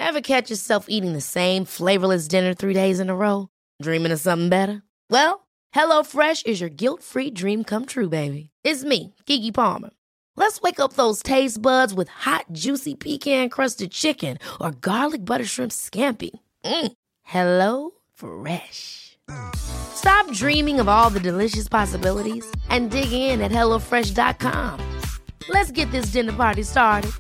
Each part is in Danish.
Ever catch yourself eating the same flavorless dinner 3 days in a row? Dreaming of something better? Well, HelloFresh is your guilt-free dream come true, baby. It's me, Keke Palmer. Let's wake up those taste buds with hot, juicy pecan-crusted chicken or garlic butter shrimp scampi. Hello Fresh. Stop dreaming of all the delicious possibilities and dig in at HelloFresh.com. Let's get this dinner party started.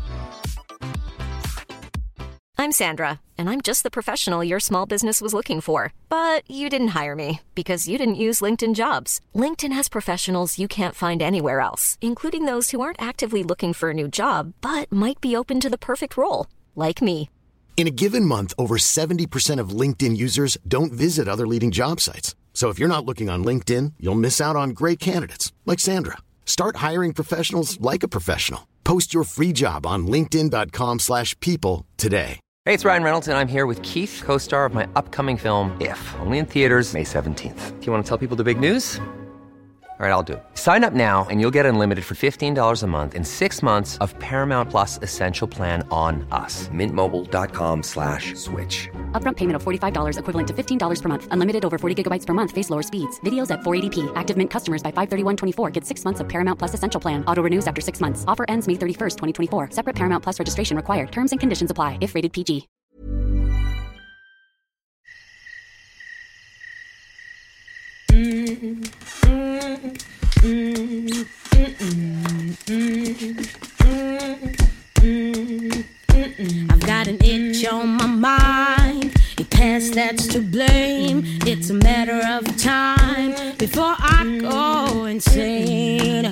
I'm Sandra, and I'm just the professional your small business was looking for. But you didn't hire me because you didn't use LinkedIn Jobs. LinkedIn has professionals you can't find anywhere else, including those who aren't actively looking for a new job, but might be open to the perfect role, like me. In a given month, over 70% of LinkedIn users don't visit other leading job sites. So if you're not looking on LinkedIn, you'll miss out on great candidates like Sandra. Start hiring professionals like a professional. Post your free job on linkedin.com/people today. Hey, it's Ryan Reynolds, and I'm here with Keith, co-star of my upcoming film, If, only in theaters May 17th. Do you want to tell people the big news? All right, I'll do it. Sign up now and you'll get unlimited for $15 a month and 6 months of Paramount Plus Essential Plan on us. MintMobile.com/switch. Upfront payment of $45 equivalent to $15 per month. Unlimited over 40 gigabytes per month. Face lower speeds. Videos at 480p. Active Mint customers by 531.24 get 6 months of Paramount Plus Essential Plan. Auto renews after 6 months. Offer ends May 31st, 2024. Separate Paramount Plus registration required. Terms and conditions apply if rated PG. I've got an itch on my mind. Your past, that's to blame. It's a matter of time before I go insane.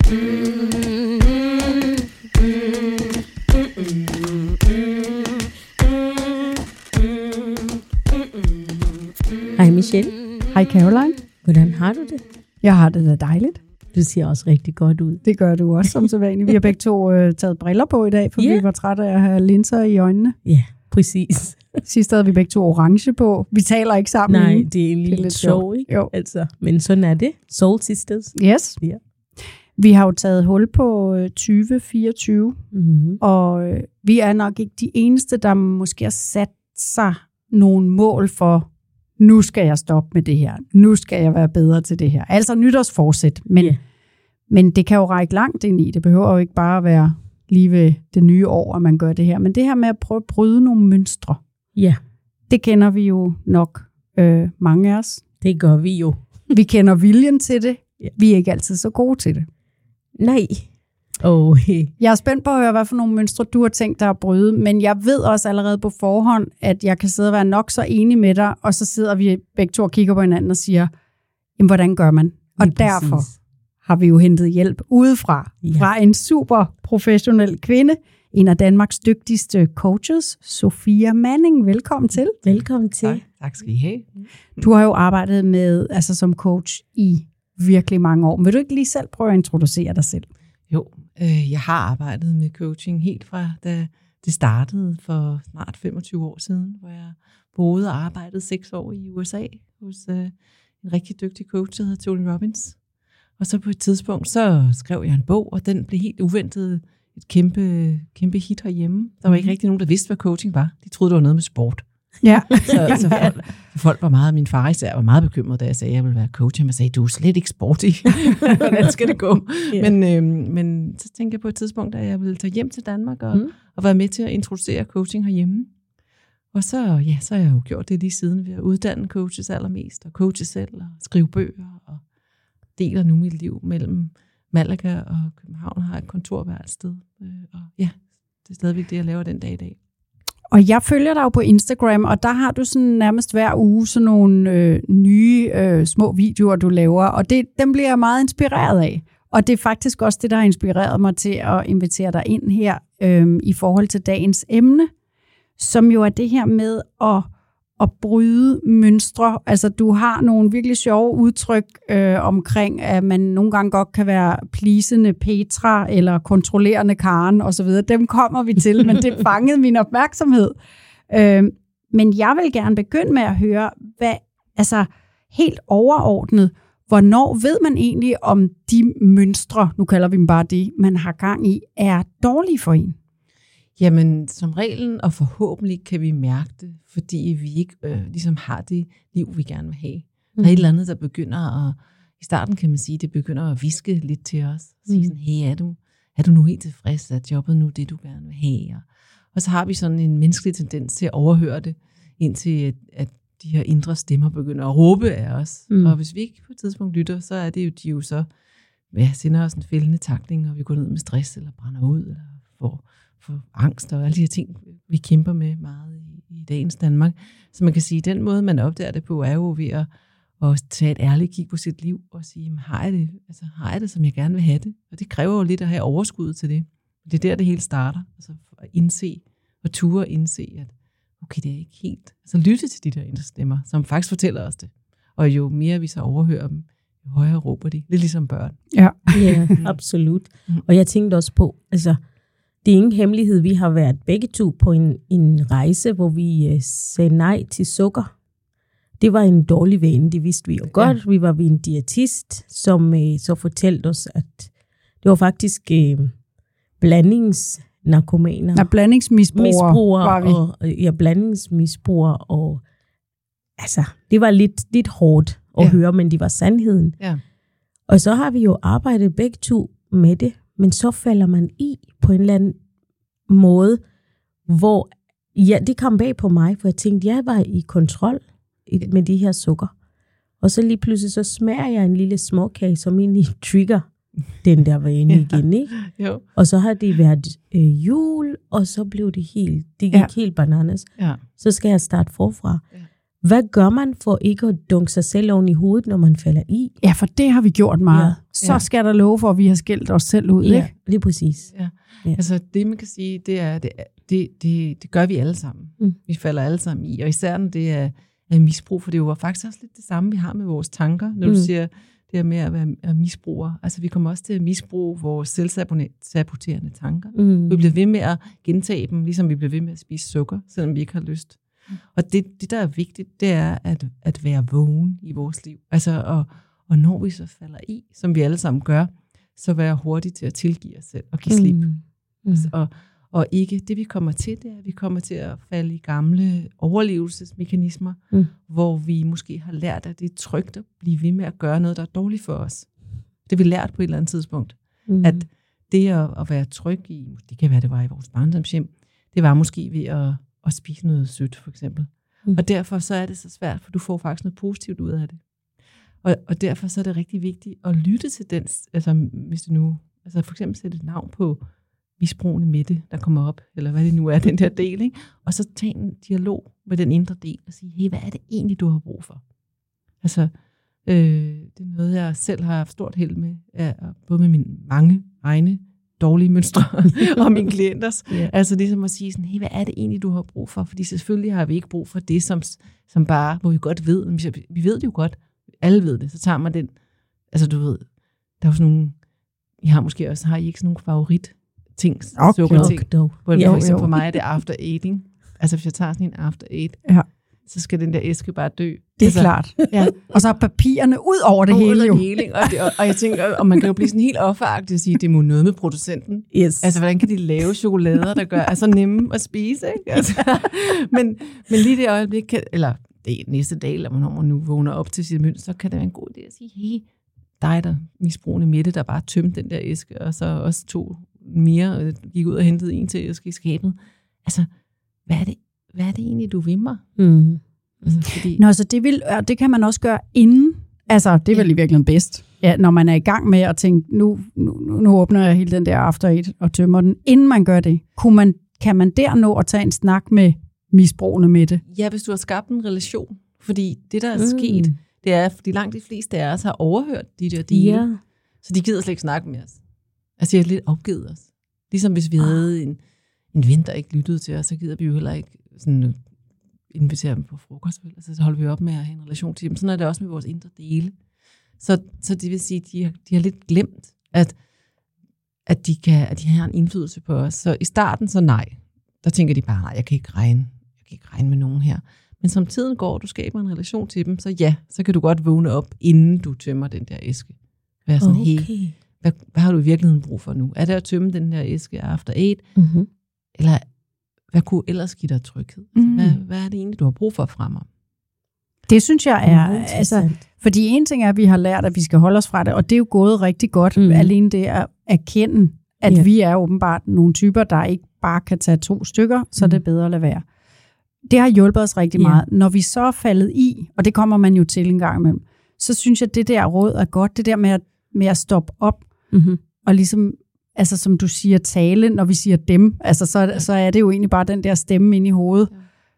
Hej Michelle. Hej Caroline. Hvordan har du det? Jeg har det da dejligt. Du ser også rigtig godt ud. Det gør du også, som så vanligt. Vi har begge to taget briller på i dag, for vi var trætte af at have linser i øjnene. Ja, præcis. Sidst havde vi begge to orange på. Vi taler ikke sammen. Nej, det er lidt sjovt, ikke? Jo. Altså, men sådan er det. Soul Sisters. Yes. Ja. Vi har jo taget hul på 2024, og vi er nok ikke de eneste, der måske har sat sig nogle mål for, nu skal jeg stoppe med det her. Nu skal jeg være bedre til det her. Altså nytårsforsæt. Men det kan jo række langt ind i. Det behøver jo ikke bare at være lige ved det nye år, at man gør det her. Men det her med at prøve at bryde nogle mønstre, det kender vi jo nok mange af os. Det gør vi jo. Vi kender viljen til det. Vi er ikke altid så gode til det. Nej. Jeg er spændt på at høre, hvad for nogle mønstre du har tænkt dig at bryde, men jeg ved også allerede på forhånd, at jeg kan sidde og være nok så enig med dig, og så sidder vi begge to og kigger på hinanden og siger, jamen, hvordan gør man? Og derfor har vi jo hentet hjælp udefra, fra en super professionel kvinde, en af Danmarks dygtigste coaches, Sofia Manning. Velkommen til. Velkommen til. Tak skal I have. Du har jo arbejdet med, altså som coach i virkelig mange år. Vil du ikke lige selv prøve at introducere dig selv? Jo, jeg har arbejdet med coaching helt fra da det startede for snart 25 år siden, hvor jeg boede og arbejdede 6 år i USA hos en rigtig dygtig coach, der hedder Tony Robbins. Og så på et tidspunkt, så skrev jeg en bog, og den blev helt uventet et kæmpe hit herhjemme. Der var ikke rigtig nogen, der vidste, hvad coaching var. De troede, det var noget med sport. Ja. Så folk var meget, min far især var meget bekymret, da jeg sagde, at jeg ville være coach. Han sagde, du er slet ikke sporty. Hvordan skal det gå? Men så tænkte jeg på et tidspunkt, at jeg ville tage hjem til Danmark og være med til at introducere coaching herhjemme. Og så har jeg jo gjort det lige siden ved at uddanne coaches allermest, og coache selv, og skrive bøger, og deler nu mit liv mellem Malaga og København, har et kontor hver sted. Og ja, det er stadigvæk det, jeg laver den dag i dag. Og jeg følger dig jo på Instagram, og der har du sådan nærmest hver uge sådan nogle nye små videoer, du laver, og dem bliver jeg meget inspireret af. Og det er faktisk også det, der har inspireret mig til at invitere dig ind her i forhold til dagens emne, som jo er det her med at bryde mønstre. Altså, du har nogle virkelig sjove udtryk omkring, at man nogle gange godt kan være pleasende Petra eller kontrollerende Karen osv. Dem kommer vi til, men det fangede min opmærksomhed. Men jeg vil gerne begynde med at høre, altså helt overordnet, hvornår ved man egentlig, om de mønstre, nu kalder vi dem bare det, man har gang i, er dårlige for en? Jamen, som reglen, og forhåbentlig kan vi mærke det, fordi vi ikke ligesom har det liv, vi gerne vil have. Der er et eller andet, der begynder at, i starten kan man sige, det begynder at viske lidt til os. Sige sådan, hey, er du nu helt tilfreds? Er jobbet nu det, du gerne vil have? Og så har vi sådan en menneskelig tendens til at overhøre det, indtil at de her indre stemmer begynder at råbe af os. Og hvis vi ikke på et tidspunkt lytter, så er det jo, de jo så sender os en fældende takling, og vi går ned med stress, eller brænder ud, eller får angst, og alle de her ting, vi kæmper med meget i dagens Danmark. Så man kan sige, at den måde, man opdager det på, er jo ved at tage et ærligt kig på sit liv, og sige, har jeg det, som jeg gerne vil have det? Og det kræver jo lidt at have overskud til det. Det er der, det hele starter. Altså at indse, og ture indse, at okay, det er ikke helt. Altså lytte til de der indre stemmer, som faktisk fortæller os det. Og jo mere vi så overhører dem, jo højere råber de. Lidt ligesom børn. Ja, absolut. Og jeg tænkte også på, altså, det er ingen hemmelighed, vi har været begge to på en rejse, hvor vi sagde nej til sukker. Det var en dårlig vane, det vidste vi jo godt. Ja. Vi var ved en diætist, som så fortalte os, at det var faktisk blandingsnarkomaner. Ja, blandingsmisbrugere var vi. Blandingsmisbrugere. Og altså, det var lidt hårdt at høre, men det var sandheden. Ja. Og så har vi jo arbejdet begge to med det, men så falder man i på en eller anden måde, hvor det kom bag på mig, for jeg tænkte, jeg var i kontrol med de her sukker. Og så lige pludselig, så smager jeg en lille småkage, som egentlig trigger den der vane igen, ikke? Jo. Og så har det været jul, og så blev det gik helt bananas. Ja. Så skal jeg starte forfra. Ja. Hvad gør man for ikke at dunke sig selv oven i hovedet, når man falder i? Ja, for det har vi gjort meget. Ja. Så skal der love for, at vi har skældt os selv ud, ikke? Lige præcis. Ja. Ja. Altså det, man kan sige, det er, det gør vi alle sammen. Vi falder alle sammen i, og især når det er misbrug, for det er jo faktisk også lidt det samme, vi har med vores tanker, når du siger det her med at være misbruger. Altså vi kommer også til at misbruge vores selvsaboterende tanker. Vi bliver ved med at gentage dem, ligesom vi bliver ved med at spise sukker, selvom vi ikke har lyst. Og det, der er vigtigt, det er at være vågen i vores liv. Altså, og når vi så falder i, som vi alle sammen gør, så være hurtige til at tilgive os selv og give slip. Og ikke, det vi kommer til, det er, at vi kommer til at falde i gamle overlevelsesmekanismer, hvor vi måske har lært, at det er trygt at blive ved med at gøre noget, der er dårligt for os. Det har vi lært på et eller andet tidspunkt. At det at være tryg i, det kan være, det var i vores barndomshjem, det var måske ved at spise noget sødt, for eksempel. Og derfor så er det så svært, for du får faktisk noget positivt ud af det. Og derfor så er det rigtig vigtigt at lytte til den, altså hvis du nu, altså for eksempel sætte et navn på misbrugende Mette, der kommer op, eller hvad det nu er, den der del, ikke? Og så tage en dialog med den indre del, og sige, hey, hvad er det egentlig, du har brug for? Altså, det er noget, jeg selv har haft stort held med, både med mine mange egne dårlige mønstre, og mine klienters. Yeah. Altså ligesom at sige sådan, hey, hvad er det egentlig, du har brug for? Fordi selvfølgelig har vi ikke brug for det, som bare, hvor vi godt ved, vi ved det jo godt, alle ved det, så tager man den, altså du ved, der er jo sådan nogle, har I ikke sådan nogle favorit ting, sukkerting, hvor for eksempel for mig er det after eating. Altså hvis jeg tager sådan en after eat, så skal den der æske bare dø. Det er klart. Ja. Og så er papirerne ud over det hele jo. Og jeg tænker, og man kan jo blive sådan helt offeragtig og sige, det må noget med producenten. Yes. Altså hvordan kan de lave chokolader, der gør altså nemme at spise, ikke? Altså, men lige det øjeblik, eller det næste dag, eller når man nu vågner op til sit mønster, så kan det være en god idé at sige, hey, dig der misbrugende Mette, der bare tømte den der æske, og så også tog mere, gik ud og hentede en til æske i skabet. Altså, hvad er det egentlig, du vil mig? Altså, fordi... Nå, så det kan man også gøre inden. Altså, det er vel i virkeligheden bedst. Ja, når man er i gang med at tænke, nu åbner jeg hele den der after eight og tømmer den. Inden man gør det, kan man der nå at tage en snak med misbrugende Mette? Ja, hvis du har skabt en relation. Fordi det, der er sket, det er, fordi langt de fleste af os har overhørt de der dele. Yeah. Så de gider slet ikke snakke med os. Altså, de har lidt opgivet os. Ligesom hvis vi havde en ven, der ikke lyttede til os, så gider vi jo heller ikke sådan invitere dem på frokost. Altså, så holder vi op med at have en relation til dem. Sådan er det også med vores indre dele. Så det vil sige, at de har lidt glemt, at de har en indflydelse på os. Så i starten, så nej. Der tænker de bare, nej, jeg kan ikke regne med nogen her. Men som tiden går, og du skaber en relation til dem, så ja, så kan du godt vågne op, inden du tømmer den der æske. Være sådan, hey, hvad har du i virkeligheden brug for nu? Er det at tømme den der æske after eight? Eller hvad kunne ellers give dig tryghed? Altså, hvad er det egentlig, du har brug for fremover? Det synes jeg er, altså, fordi en ting er, at vi har lært, at vi skal holde os fra det, og det er jo gået rigtig godt, alene det at erkende, at vi er åbenbart nogle typer, der ikke bare kan tage 2 stykker, så det er bedre at lade være. Det har hjulpet os rigtig meget. Når vi så er faldet i, og det kommer man jo til en gang imellem, så synes jeg, at det der råd er godt, det der med at stoppe op, og ligesom, altså som du siger, tale, når vi siger dem, altså så er det jo egentlig bare den der stemme inde i hovedet,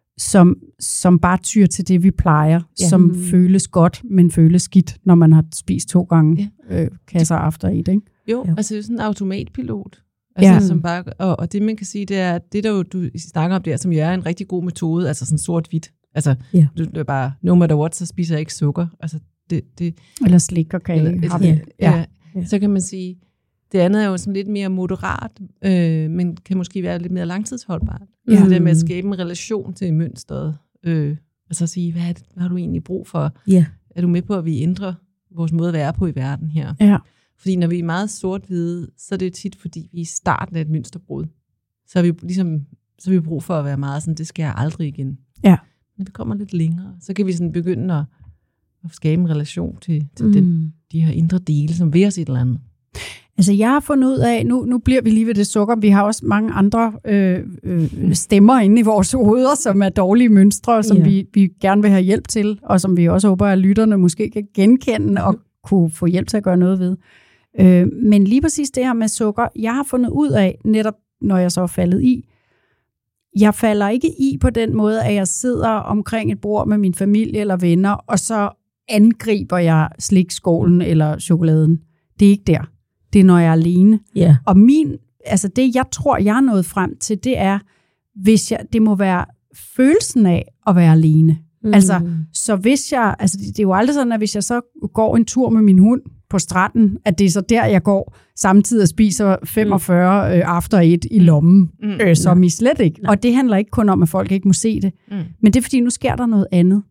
som bare tyr til det, vi plejer, som føles godt, men føles skidt, når man har spist 2 gange kasser after et, ikke? Jo, altså det er sådan en automatpilot. Altså, som bare, og det man kan sige, det er, det der jo, du snakker om der, som jo er en rigtig god metode, altså sådan sort-hvidt. Altså, det er bare, no matter what, så spiser jeg ikke sukker. Altså, det eller slik og kage. Så kan man sige, det andet er jo sådan lidt mere moderat, men kan måske være lidt mere langtidsholdbart. Altså det med at skabe en relation til mønstret, og så sige, hvad har du egentlig brug for? Er du med på, at vi ændrer vores måde at være på i verden her? Ja. Fordi når vi er meget sort-hvide, så er det tit, fordi vi er i starten af et mønsterbrud. Så har vi ligesom, så har vi brug for at være meget sådan, det skal jeg aldrig igen. Ja. Når vi kommer lidt længere, så kan vi sådan begynde at skabe en relation til de her indre dele, som vil os et eller andet. Altså jeg har fundet ud af, nu bliver vi lige ved det sukker, vi har også mange andre stemmer inde i vores hoveder, som er dårlige mønstre, som vi gerne vil have hjælp til, og som vi også håber, at lytterne måske kan genkende og kunne få hjælp til at gøre noget ved. Men lige præcis det her med sukker, jeg har fundet ud af, netop når jeg så er faldet i, jeg falder ikke i på den måde, at jeg sidder omkring et bord med min familie eller venner, og så angriber jeg slikskålen eller chokoladen. Det er ikke der. Det er, når jeg er alene. Yeah. Og det, jeg tror, jeg er nået frem til, det er, det må være følelsen af at være alene. Altså, så hvis jeg, det er jo aldrig sådan, at hvis jeg så går en tur med min hund på stranden, at det er så der, jeg går, samtidig spiser 45 after et i lommen, som I slet ikke. Og det handler ikke kun om, at folk ikke må se det, men det er fordi, nu sker der noget andet.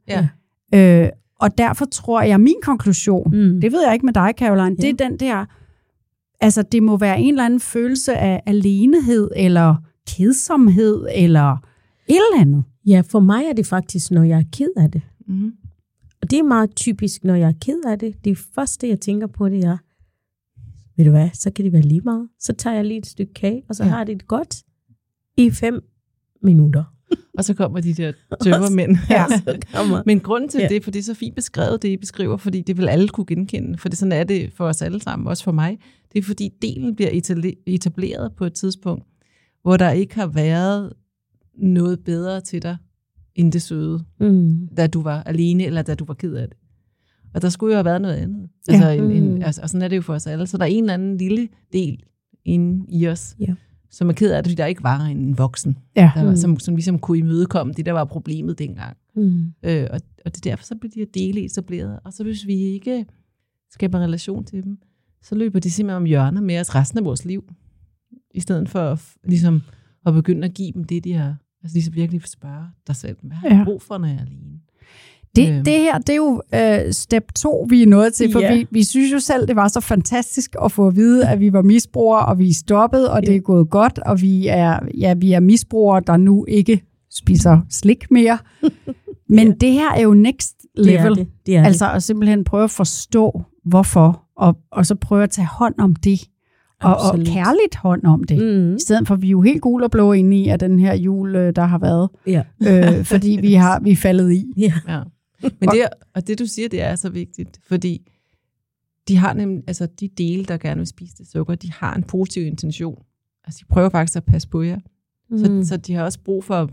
Og derfor tror jeg, min konklusion, det ved jeg ikke med dig, Caroline, det er den der, altså det må være en eller anden følelse af alenehed, eller kedsomhed, eller et eller andet. Ja, for mig er det faktisk, når jeg er ked af det. Og det er meget typisk, når jeg er ked af det. Det første, jeg tænker på, det er, ved du hvad, så kan det være lige meget. Så tager jeg lige et stykke kage, og så har det godt i 5 minutter. Og så kommer de der tømmermænd. Men grunden til det, for det er så fint beskrevet, det I beskriver, fordi det vil alle kunne genkende. For det sådan er det for os alle sammen, også for mig. Det er fordi delen bliver etableret på et tidspunkt, hvor der ikke har været noget bedre til dig, end det søde, da du var alene, eller da du var ked af det. Og der skulle jo have været noget andet. Og sådan er det jo for os alle. Så der er en eller anden lille del inde i os, som er ked af det, fordi der ikke var en voksen, der var, som ligesom kunne imødekomme det, der var problemet dengang. Og det derfor, så bliver de her dele etableret. Og så hvis vi ikke skaber relation til dem, så løber de simpelthen om hjørner med os resten af vores liv. I stedet for ligesom at begynde at give dem det, de har. Altså ligesom virkelig spørge dig selv, hvad har jeg brug for, når jeg er alene? Det her, det er jo step 2, vi er nået til, for vi synes jo selv, det var så fantastisk at få at vide, at vi var misbrugere, og vi er stoppet, og det er gået godt, og vi er misbrugere, der nu ikke spiser slik mere. Men det her er jo next level. Det er altså at simpelthen prøve at forstå, hvorfor, og så prøve at tage hånd om det. Og kærligt hånd om det. I stedet for, vi er jo helt gul og blå inde i, af den her jul, der har været. Fordi vi er faldet i. Men det, du siger, det er så vigtigt. Fordi de har nemlig, altså de dele, der gerne vil spise det sukker, de har en positiv intention. Altså de prøver faktisk at passe på jer. Så de har også brug for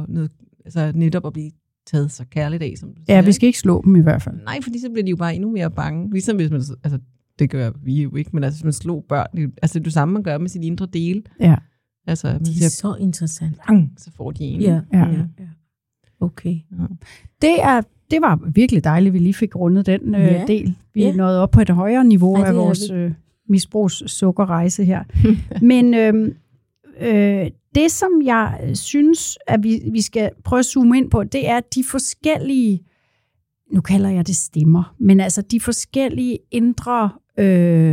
netop at blive taget så kærligt af, som du siger. Ja, vi skal ikke slå dem i hvert fald. Nej, fordi så bliver de jo bare endnu mere bange. Ligesom hvis man, det gør vi jo ikke, men hvis man slår børn, det er det samme, man gør med sin indre dele. Ja. Altså, det er så interessant. Så får de en. Ja. Okay. Det var virkelig dejligt, at vi lige fik rundet den del. Vi er nået op på et højere niveau af vores misbrugssukkerrejse her. Men det, som jeg synes, at vi skal prøve at zoome ind på, det er de forskellige, nu kalder jeg det stemmer, men altså de forskellige indre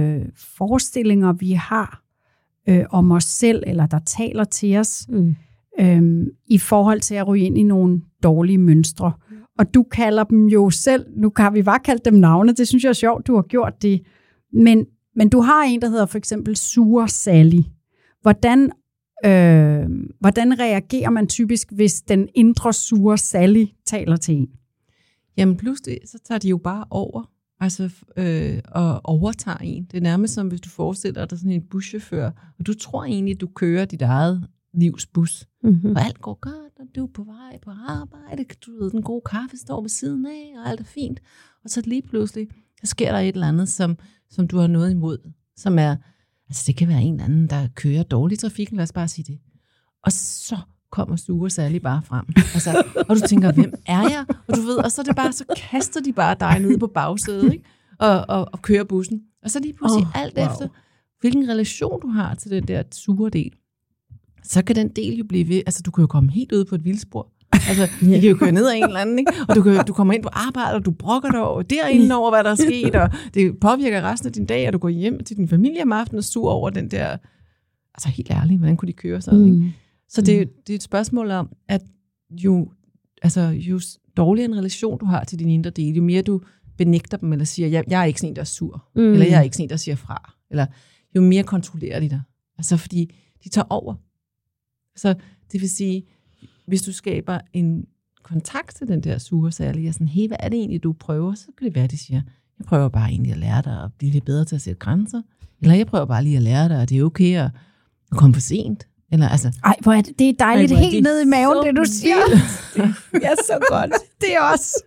forestillinger, vi har om os selv, eller der taler til os. i forhold til at ryge ind i nogle dårlige mønstre. Og du kalder dem jo selv, nu har vi bare kaldt dem navne, det synes jeg er sjovt, du har gjort det. Men du har en, der hedder for eksempel Sure Sally. Hvordan reagerer man typisk, hvis den indre Sure Sally taler til en? Jamen pludselig, så tager de jo bare over, og overtager en. Det er nærmest som, hvis du forestiller dig sådan en buschauffør, og du tror egentlig, at du kører dit eget livs bus. Mm-hmm. Og alt går godt, og du er på vej på arbejde, du ved, den gode kaffe står ved siden af, og alt er fint. Og så lige pludselig, så sker der et eller andet, som du har noget imod, som er, altså det kan være en eller anden, der kører dårlig trafik, lad os bare sige det. Og så kommer Sure Sally bare frem. Altså, og du tænker, hvem er jeg? Og du ved, og så er det bare, så kaster de bare dig ned på bagsædet, ikke? Og kører bussen. Og så lige pludselig efter, hvilken relation du har til den der sure del, så kan den del jo blive ved, altså du kan jo komme helt ud på et vildspor. Altså, de kan jo køre ned af en eller anden, ikke? Og du kommer ind på arbejde, og du brokker dig derinde over, hvad der er sket, og det påvirker resten af din dag, og du går hjem til din familie om aftenen og sur over den der, altså helt ærligt, hvordan kunne de køre sådan, ikke? Så det er et spørgsmål om, at jo dårligere en relation du har til din indre del, jo mere du benægter dem, eller siger, jeg er ikke sådan en, der er sur, eller jeg er ikke sådan en, der siger fra, eller jo mere kontrollerer de dig. Altså fordi de tager over. Så det vil sige, hvis du skaber en kontakt til den der Sure Sally, og sådan, hey, hvad er det egentlig, du prøver? Så kan det være, at de siger, jeg prøver bare egentlig at lære dig at blive lidt bedre til at sætte grænser, eller jeg prøver bare lige at lære dig, at det er okay at komme for sent. Eller, altså, hvor er det er dejligt helt ned i maven, det du siger. Det er så godt. Det er også.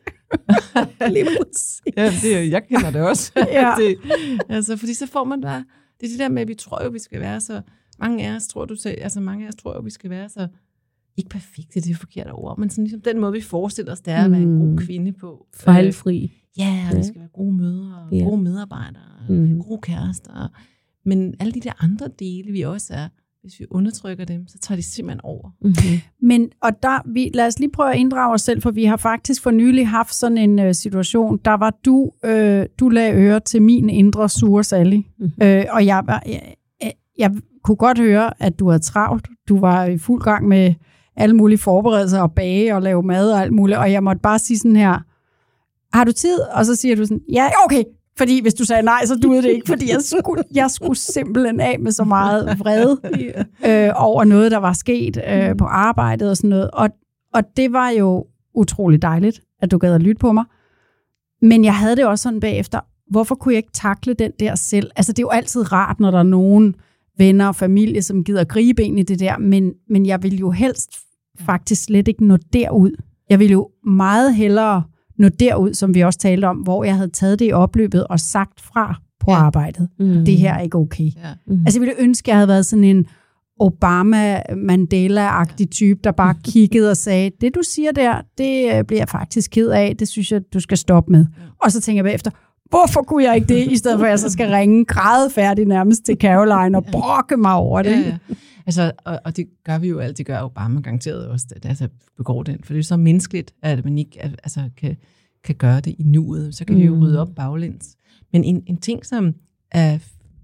Jeg kender det også. Ja. Fordi så får man bare, det er det der med, at vi tror jo, vi skal være så, mange af os tror jo, vi skal være så, ikke perfekte, det er forkert ord, men sådan ligesom den måde, vi forestiller os, det er at være en god kvinde på. Fejlfri. Ja, vi skal være gode mødre, gode medarbejdere, gode kærester. Men alle de der andre dele, vi også er, hvis vi undertrykker dem, så tager de simpelthen over. Mm-hmm. Men, og lad os lige prøve at inddrage os selv, for vi har faktisk for nylig haft sådan en situation, der var du lagde øre til min indre Sure Sally. Mm-hmm. Og jeg kunne godt høre, at du havde travlt. Du var i fuld gang med alle mulige forberedelser og bage og lave mad og alt muligt, og jeg måtte bare sige sådan her, har du tid? Og så siger du sådan, ja, okay. Fordi hvis du sagde nej, så duede det ikke, fordi jeg skulle simpelthen af med så meget vrede over noget, der var sket på arbejdet og sådan noget. Og det var jo utrolig dejligt, at du gad at lytte på mig. Men jeg havde det også sådan bagefter, hvorfor kunne jeg ikke takle den der selv? Altså det er jo altid rart, når der er nogen venner og familie, som gider gribe ind i det der, men jeg vil jo helst faktisk slet ikke nå derud. Jeg vil jo meget hellere nå derud, som vi også talte om, hvor jeg havde taget det i opløbet og sagt fra på arbejdet. Det her er ikke okay. Altså jeg ville ønske, at jeg havde været sådan en Obama-Mandela-agtig type, der bare kiggede og sagde, det du siger der, det bliver jeg faktisk ked af, det synes jeg, du skal stoppe med. Og så tænker jeg bagefter, hvorfor kunne jeg ikke det, i stedet for at jeg så skal ringe grædefærdig nærmest til Caroline og brokke mig over det. Ja. Altså, og det gør vi jo altid, det gør Obama garanteret også, at begår den, for det er så menneskeligt, at man ikke kan gøre det i nuet, så kan vi jo rydde op baglæns. Men en ting, som er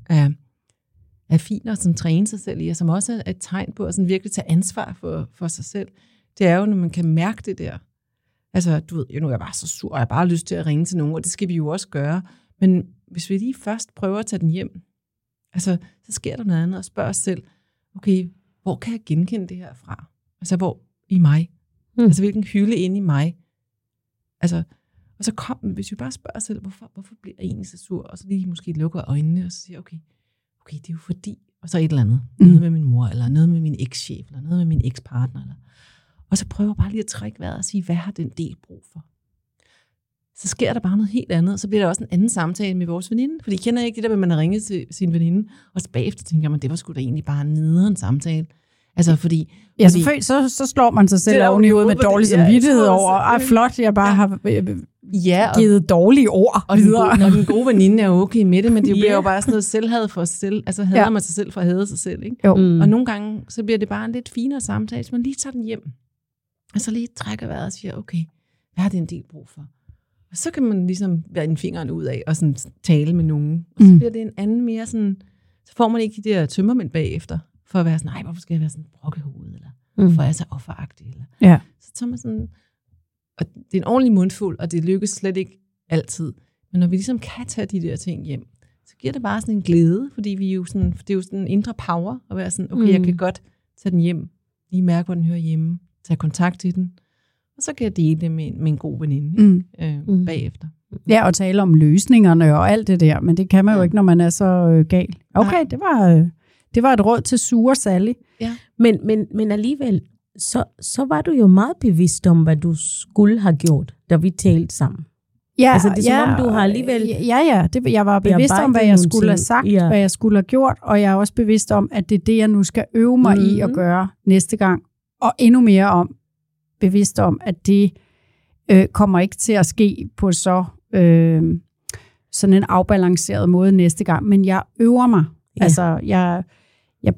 fint at sådan træne sig selv i, og som også er et tegn på at sådan virkelig tage ansvar for sig selv, det er jo, når man kan mærke det der. Altså, du ved, nu er jeg bare så sur, og jeg har bare lyst til at ringe til nogen, og det skal vi jo også gøre. Men hvis vi lige først prøver at tage den hjem, altså, så sker der noget andet, og spørger os selv, okay, hvor kan jeg genkende det her fra? Altså, hvor i mig? Altså, hvilken hylde inde i mig? Altså, og så hvis vi bare spørger os selv, hvorfor bliver jeg egentlig så sur? Og så lige måske lukker øjnene, og så siger okay, det er jo fordi, og så et eller andet. Noget med min mor, eller noget med min ekschef, eller noget med min ekspartner. Og så prøver jeg bare lige at trække vejret og sige, hvad har den del brug for? Så sker der bare noget helt andet, og så bliver der også en anden samtale med vores veninde. Fordi jeg kender ikke det der med, at man har ringet til sin veninde, og så bagefter tænker man, det var sgu da egentlig bare en nederen samtale. Altså fordi... Ja, så slår man sig selv oven i hovedet med dårlig samvittighed over, flot, jeg bare har givet dårlige ord og videre. Når den gode veninde er okay med det, men det bliver jo bare sådan noget selvhad for sig selv. Altså hader man sig selv for at hade sig selv, ikke? Og nogle gange, så bliver det bare en lidt finere samtale, så man lige tager den hjem. Og så lige trækker vejret og siger, okay, hvad har det en del brug for? Og så kan man ligesom være fingeren ud af og sådan tale med nogen. Og så bliver det en anden mere sådan, så får man ikke de der tømmermænd bagefter, for at være sådan, nej, hvorfor skal jeg være sådan en brokkehoved? Eller hvorfor er jeg så offeragtig? Ja. Så tager man sådan, og det er en ordentlig mundfuld, og det lykkes slet ikke altid. Men når vi ligesom kan tage de der ting hjem, så giver det bare sådan en glæde, fordi vi jo sådan, det er jo sådan en indre power, at være sådan, okay, jeg kan godt tage den hjem, lige mærke, hvor den hører hjemme, tage kontakt til den, og så kan jeg dele det med en god veninde bagefter. Ja, og tale om løsningerne og alt det der, men det kan man jo ikke, når man er så gal. Okay, det var et råd til sure Sally. Ja. Men alligevel, så var du jo meget bevidst om, hvad du skulle have gjort, da vi talte sammen. Ja, altså, det er som om, du har alligevel... Ja, jeg var bevidst om, hvad jeg skulle have sagt, hvad jeg skulle have gjort, og jeg er også bevidst om, at det er det, jeg nu skal øve mig i at gøre næste gang. Og endnu mere bevidst om, at det kommer ikke til at ske på sådan en afbalanceret måde næste gang, men jeg øver mig. Ja. Altså, jeg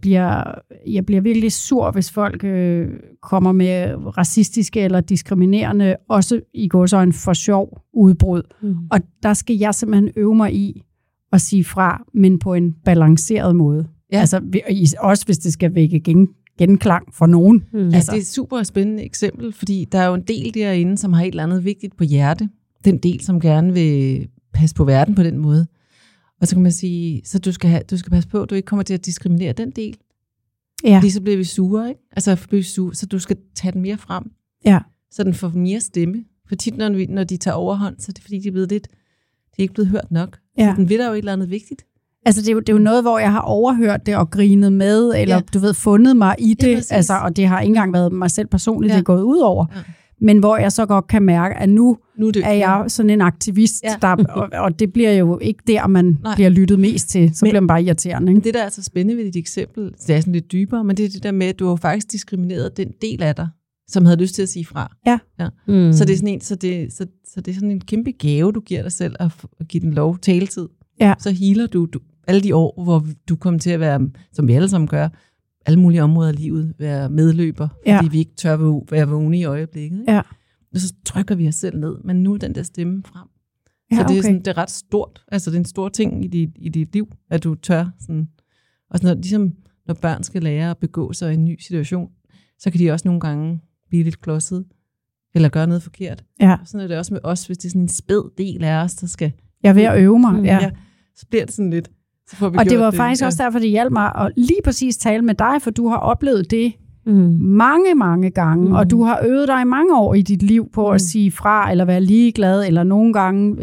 bliver virkelig sur, hvis folk kommer med racistiske eller diskriminerende, også i gåseøjne for sjov udbrud. Og der skal jeg simpelthen øve mig i at sige fra, men på en balanceret måde. Ja. Altså, også hvis det skal vække genklang for nogen. Altså, det er et super spændende eksempel, fordi der er jo en del derinde, som har et eller andet vigtigt på hjerte. Den del, som gerne vil passe på verden på den måde. Og så kan man sige, så du skal passe på, at du ikke kommer til at diskriminere den del. Ja. Fordi så bliver vi sure, ikke? Altså, så du skal tage den mere frem. Ja. Så den får mere stemme. For tit, når de tager overhånd, så er det fordi, de er ikke blevet hørt nok. Ja. Så den vil der jo et eller andet vigtigt. Altså, det er jo noget, hvor jeg har overhørt det og grinet med, eller du ved, fundet mig i det. Ja, altså, og det har ikke engang været mig selv personligt, det er gået ud over. Ja. Men hvor jeg så godt kan mærke, at nu er jeg sådan en aktivist, og det bliver jo ikke der, man bliver lyttet mest til. Så bliver man bare irriterende. Ikke? Det, der er så spændende ved dit eksempel, det er sådan lidt dybere, men det er det der med, at du har faktisk diskrimineret den del af dig, som havde lyst til at sige fra. Ja. Så det er sådan så det er sådan en kæmpe gave, du giver dig selv at give den lov taletid. Ja. Så healer du alle de år, hvor du kommer til at være, som vi alle sammen gør, alle mulige områder af livet, være medløber, fordi vi ikke tør være vågne i øjeblikket. Ikke? Ja. Og så trykker vi os selv ned, men nu er den der stemme frem. Så det er, sådan, det er ret stort. Altså det er en stor ting i dit liv, at du tør. Sådan. Og sådan, ligesom når børn skal lære at begå sig i en ny situation, så kan de også nogle gange blive lidt klodset, eller gøre noget forkert. Ja. Og sådan er det også med os, hvis det er sådan en spæd del af os, der skal... Jeg er ved at øve mig, så bliver det sådan lidt... Og det var faktisk også derfor, det hjalp mig at lige præcis tale med dig, for du har oplevet det mange, mange gange, og du har øvet dig i mange år i dit liv på at sige fra, eller være ligeglad, eller nogle gange.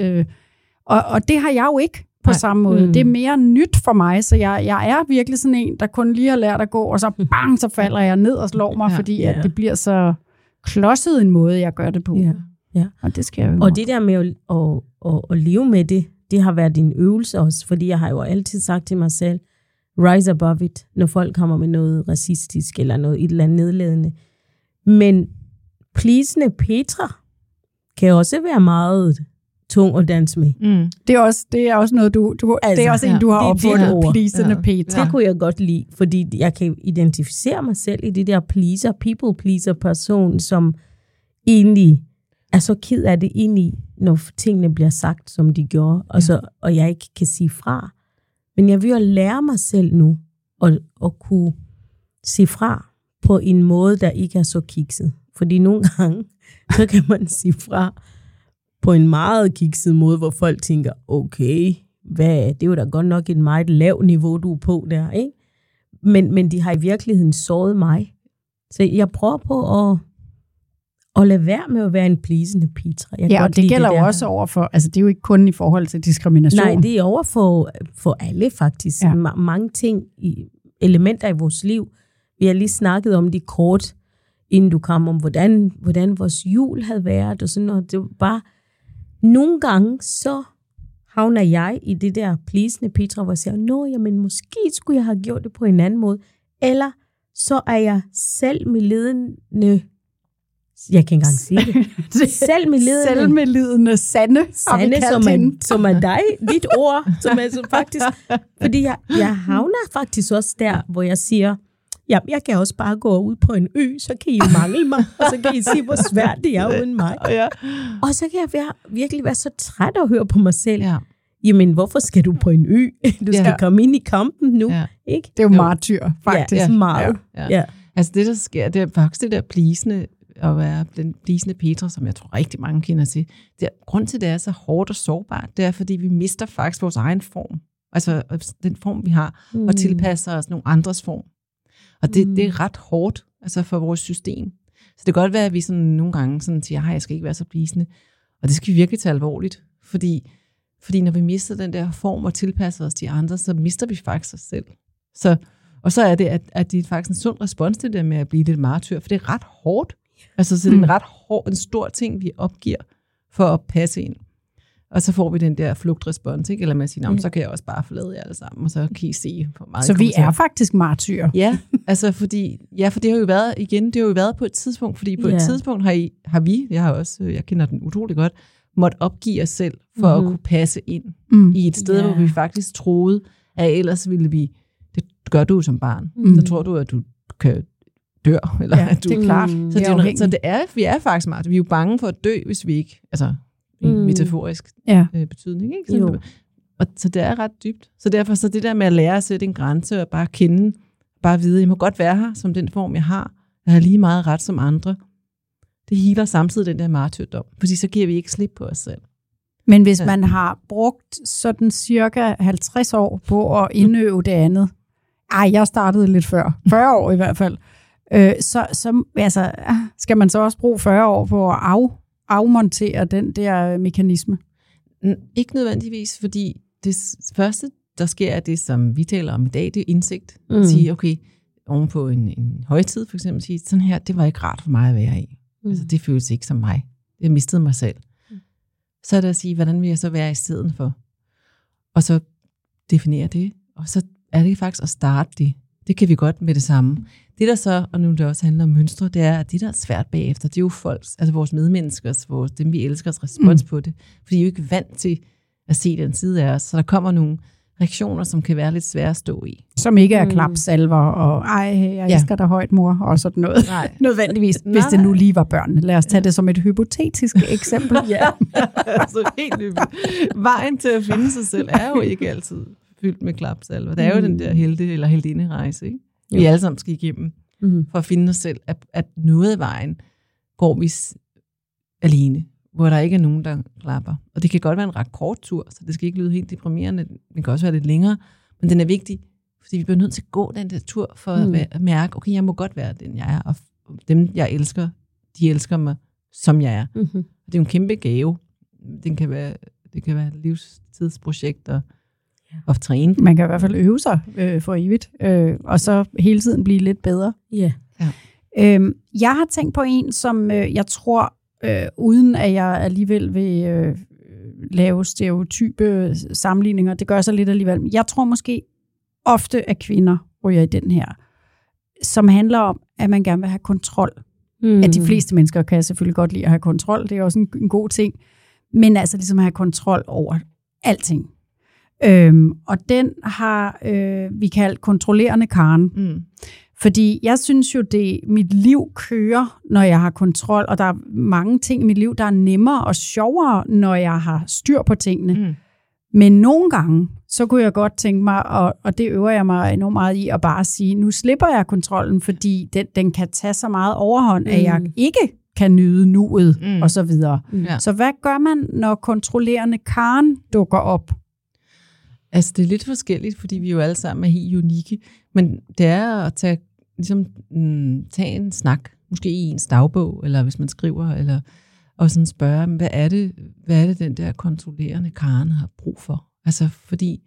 Og det har jeg jo ikke på samme måde. Det er mere nyt for mig, så jeg er virkelig sådan en, der kun lige har lært at gå, og så bang, så falder jeg ned og slår mig, fordi at det bliver så klodset en måde, jeg gør det på. Ja. Og det skal jeg jo. Og det der med at leve med det har været en øvelse også, fordi jeg har jo altid sagt til mig selv, rise above it, når folk kommer med noget racistisk eller noget et eller andet nedladende. Men pleasende Petra kan også være meget tung at danse med. Det er også noget, du altså, det er også en, du har opfundet, pleasende Petra. Det kunne jeg godt lide, fordi jeg kan identificere mig selv i det der people pleaser person, som egentlig er så ked af det egentlig, når tingene bliver sagt, som de gjorde, og jeg ikke kan sige fra. Men jeg vil jo lære mig selv nu at kunne sige fra på en måde, der ikke er så kikset. Fordi nogle gange, så kan man sige fra på en meget kikset måde, hvor folk tænker, okay, det er jo da godt nok et meget lavt niveau, du er på der, ikke? Men de har i virkeligheden såret mig. Så jeg prøver på at lade være med at være en pleasende Petra. Og det gælder jo også over for, altså det er jo ikke kun i forhold til diskrimination. Nej, det er over for alle faktisk. Ja. Mange ting, elementer i vores liv. Vi har lige snakket om det kort, inden du kom, om hvordan vores jul havde været, og sådan noget. Det var bare, nogle gange så havner jeg i det der pleasende Petra, hvor jeg siger, jamen måske skulle jeg have gjort det på en anden måde. Eller så er jeg selvmedlidende. Jeg kan ikke engang sige det. Selvmedlidende Sanne som er dig, dit ord, som er så faktisk, fordi jeg havner faktisk også der, hvor jeg siger, ja, jeg kan også bare gå ud på en ø, så kan I mangle mig, og så kan I sige, hvor svært det er uden mig. Og så kan jeg virkelig være så træt at høre på mig selv. Ja. Jamen, hvorfor skal du på en ø? Du skal komme ind i kampen nu, ikke? Det er jo martyr, faktisk. Ja, meget. Ja, Altså det, der sker, det er faktisk det der plisende, at være den plisende Petra, som jeg tror rigtig mange kender til. Grund til, det er så hårdt og sårbart, det er, fordi vi mister faktisk vores egen form. Altså den form, vi har, og tilpasser os nogle andres form. Og det er ret hårdt altså for vores system. Så det kan godt være, at vi sådan nogle gange sådan siger, jeg skal ikke være så plisende. Og det skal vi virkelig tage alvorligt. Fordi når vi mister den der form og tilpasser os de andre, så mister vi faktisk os selv. Og så er det, at det er faktisk en sund respons til det med at blive lidt martyr, for det er ret hårdt. Altså så det er en ret hård, en stor ting, vi opgiver for at passe ind. Og så får vi den der flugtrespons, ikke? Eller med at sige, så kan jeg også bare forlade jer alle sammen, og så kan I se, hvor meget. Så vi er faktisk martyrer. Ja, altså for det har jo været, igen, det har jo været på et tidspunkt, fordi på et tidspunkt har vi, jeg kender den utrolig godt, måtte opgive os selv for at kunne passe ind i et sted, hvor vi faktisk troede, at ellers ville vi, det gør du som barn, så tror du, at du kan dør, eller at du det er klart. Vi er faktisk meget, vi er jo bange for at dø, hvis vi ikke, altså i metaforisk betydning, ikke? Og så det er ret dybt. Så derfor så det der med at lære at sætte en grænse og bare kende, bare vide, jeg må godt være her som den form, jeg har. Jeg har lige meget ret som andre. Det healer samtidig den der martyrdom, fordi så giver vi ikke slip på os selv. Men hvis man har brugt sådan cirka 50 år på at indøve det andet, jeg startede lidt før, 40 år i hvert fald, så altså, skal man så også bruge 40 år på at afmontere den der mekanisme? Ikke nødvendigvis, fordi det første, der sker, er det, som vi taler om i dag, det er indsigt. Sige, okay, ovenpå en højtid for eksempel, sige, sådan her, det var ikke rart for mig at være i. Altså, det føles ikke som mig. Jeg mistede mig selv. Så er det at sige, hvordan vil jeg så være i stedet for? Og så definere det, og så er det faktisk at starte det. Det kan vi godt med det samme. Det der så, og nu det også handler om mønstre, det er, at det der er svært bagefter, det er jo folks, altså vores medmenneskers, dem vi elskers respons på det. For de er jo ikke vant til at se den side af os, så der kommer nogle reaktioner, som kan være lidt svære at stå i. Som ikke er klapsalver, og jeg elsker dig højt, mor, og sådan noget. Nej. Nødvendigvis, hvis det nu lige var børn. Lad os tage det som et hypotetisk eksempel. Altså helt nyt. Vejen til at finde sig selv er jo ikke altid fyldt med klapsalver. Det er jo den der helte- eller heldinde-rejse, ikke? Vi alle sammen skal igennem for at finde os selv, at noget af vejen går vi alene, hvor der ikke er nogen, der klapper. Og det kan godt være en ret kort tur, så det skal ikke lyde helt deprimerende. Den kan også være lidt længere, men den er vigtig, fordi vi bliver nødt til at gå den der tur for at mærke, okay, jeg må godt være den, jeg er, og dem, jeg elsker, de elsker mig, som jeg er. Det er jo en kæmpe gave. Det kan være et livstidsprojekt og træne. Man kan i hvert fald øve sig for evigt, og så hele tiden blive lidt bedre. Ja. Jeg har tænkt på en, som jeg tror, uden at jeg alligevel vil lave stereotype sammenligninger, det gør så lidt alligevel. Jeg tror måske ofte, at kvinder ryger i den her, som handler om, at man gerne vil have kontrol. At de fleste mennesker kan selvfølgelig godt lide at have kontrol, det er også en god ting, men altså ligesom at have kontrol over alting. Og den har vi kaldt kontrollerende Karen. Fordi jeg synes jo, mit liv kører, når jeg har kontrol, og der er mange ting i mit liv, der er nemmere og sjovere, når jeg har styr på tingene. Men nogle gange, så kunne jeg godt tænke mig, og det øver jeg mig enormt meget i, at bare sige, nu slipper jeg kontrollen, fordi den kan tage så meget overhånd, at jeg ikke kan nyde nuet, og så videre. Så hvad gør man, når kontrollerende Karen dukker op? Altså, det er lidt forskelligt, fordi vi jo alle sammen er helt unikke, men det er at tage en snak, måske i ens dagbog, eller hvis man skriver, og sådan spørge, hvad er det den der kontrollerende Karen har brug for? Altså, fordi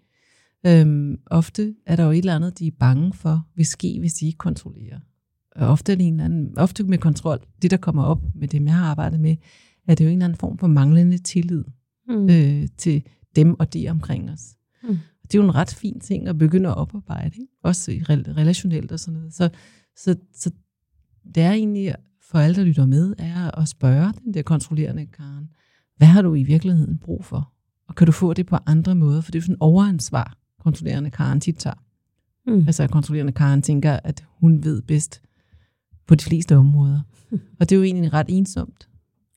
ofte er der jo et eller andet, de er bange for, vil ske, hvis de ikke kontrollerer. Og ofte er det en eller anden, ofte med kontrol, det der kommer op med dem, jeg har arbejdet med, er det jo en eller anden form for manglende tillid til dem og de omkring os. Det er jo en ret fin ting at begynde at oparbejde, ikke? Også relationelt og sådan noget. Så det er egentlig, for alle, der lytter med, er at spørge den der kontrollerende Karen, hvad har du i virkeligheden brug for? Og kan du få det på andre måder? For det er jo sådan overansvar, kontrollerende Karen tit tager. Altså kontrollerende Karen tænker, at hun ved bedst på de fleste områder. Og det er jo egentlig ret ensomt.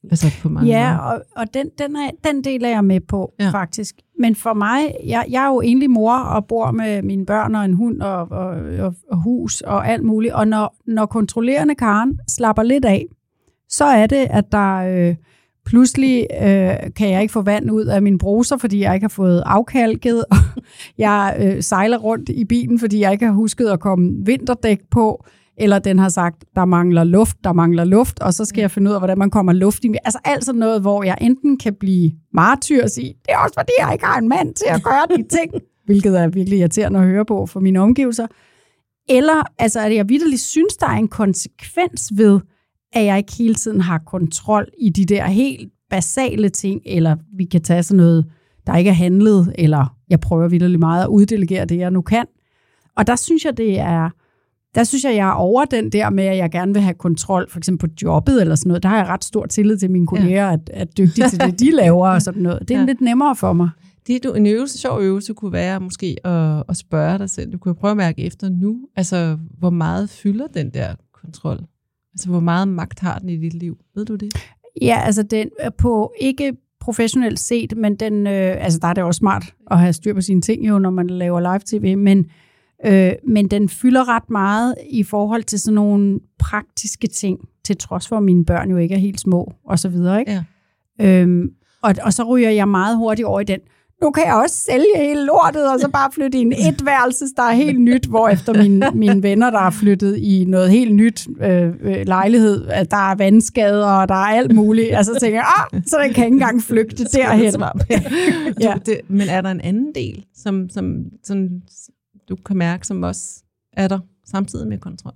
Altså på mange måder. Og den del er jeg med på, faktisk. Men for mig, jeg er jo egentlig mor og bor med mine børn og en hund og hus og alt muligt. Og når kontrollerende Karen slapper lidt af, så er det, at der pludselig kan jeg ikke få vand ud af min bruser, fordi jeg ikke har fået afkalket. Og jeg sejler rundt i bilen, fordi jeg ikke har husket at komme vinterdæk på. Eller den har sagt, der mangler luft, og så skal jeg finde ud af, hvordan man kommer luft i. Altså alt sådan noget, hvor jeg enten kan blive martyr og sige, det er også fordi, jeg ikke har en mand til at gøre de ting, hvilket er virkelig irriterende at høre på for mine omgivelser. Eller altså, at jeg vitterligt synes, der er en konsekvens ved, at jeg ikke hele tiden har kontrol i de der helt basale ting, eller vi kan tage sådan noget, der ikke er handlet, eller jeg prøver vitterligt meget at uddelegere det, jeg nu kan. Og der synes jeg, jeg er over den der med, at jeg gerne vil have kontrol, for eksempel på jobbet eller sådan noget. Der har jeg ret stor tillid til mine kolleger, at er dygtige til det, de laver og sådan noget. Det er lidt nemmere for mig. En sjov øvelse kunne være måske at spørge dig selv. Du kunne prøve at mærke efter nu, altså hvor meget fylder den der kontrol? Altså hvor meget magt har den i dit liv? Ved du det? Ja, altså den på ikke professionelt set, men den, altså der er det også smart at have styr på sine ting jo, når man laver live-tv, men den fylder ret meget i forhold til sådan nogle praktiske ting, til trods for, at mine børn jo ikke er helt små, og så videre, ikke? Ja. Og så ryger jeg meget hurtigt over i den. Nu kan jeg også sælge hele lortet, og så bare flytte i en etværelses, der er helt nyt, hvorefter mine venner, der har flyttet i noget helt nyt lejlighed, der er vandskader, og der er alt muligt. Altså så tænker jeg, så den kan ikke engang flygte derhen. Ja. Men er der en anden del, som du kan mærke, som også er der samtidig med kontrol?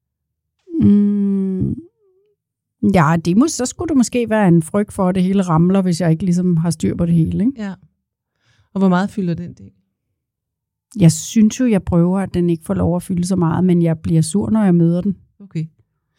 Ja, så skulle det måske være en frygt for, at det hele ramler, hvis jeg ikke ligesom har styr på det hele. Ikke? Ja. Og hvor meget fylder den del? Jeg synes jo, jeg prøver, at den ikke får lov at fylde så meget, men jeg bliver sur, når jeg møder den. Okay.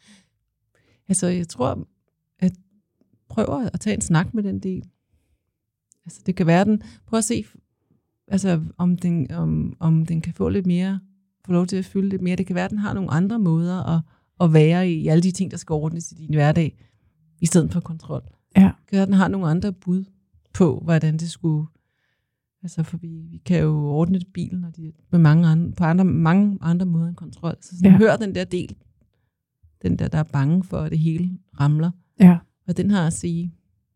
Altså, jeg tror, at prøver at tage en snak med den del. Altså, det kan være den. Prøv at se, altså, om den kan få lidt mere, få lov til at fylde lidt mere. Det kan være, at den har nogle andre måder at være i alle de ting, der skal ordnes i din hverdag, i stedet for kontrol. Ja. Det kan være, at den har nogle andre bud på, hvordan det skulle. Altså, for vi kan jo ordne bilen og med mange andre måder end kontrol. Så hør den der del, der er bange for, at det hele ramler. Ja. Og den har at sige.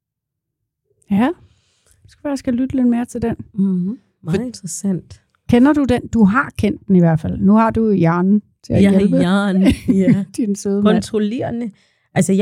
Ja, jeg skal lytte lidt mere til den. Mm-hmm. Meget interessant. Kender du den? Du har kendt den i hvert fald. Nu har du hjernen til at hjælpe. Ja. Din søde mand. Kontrollerende. Altså,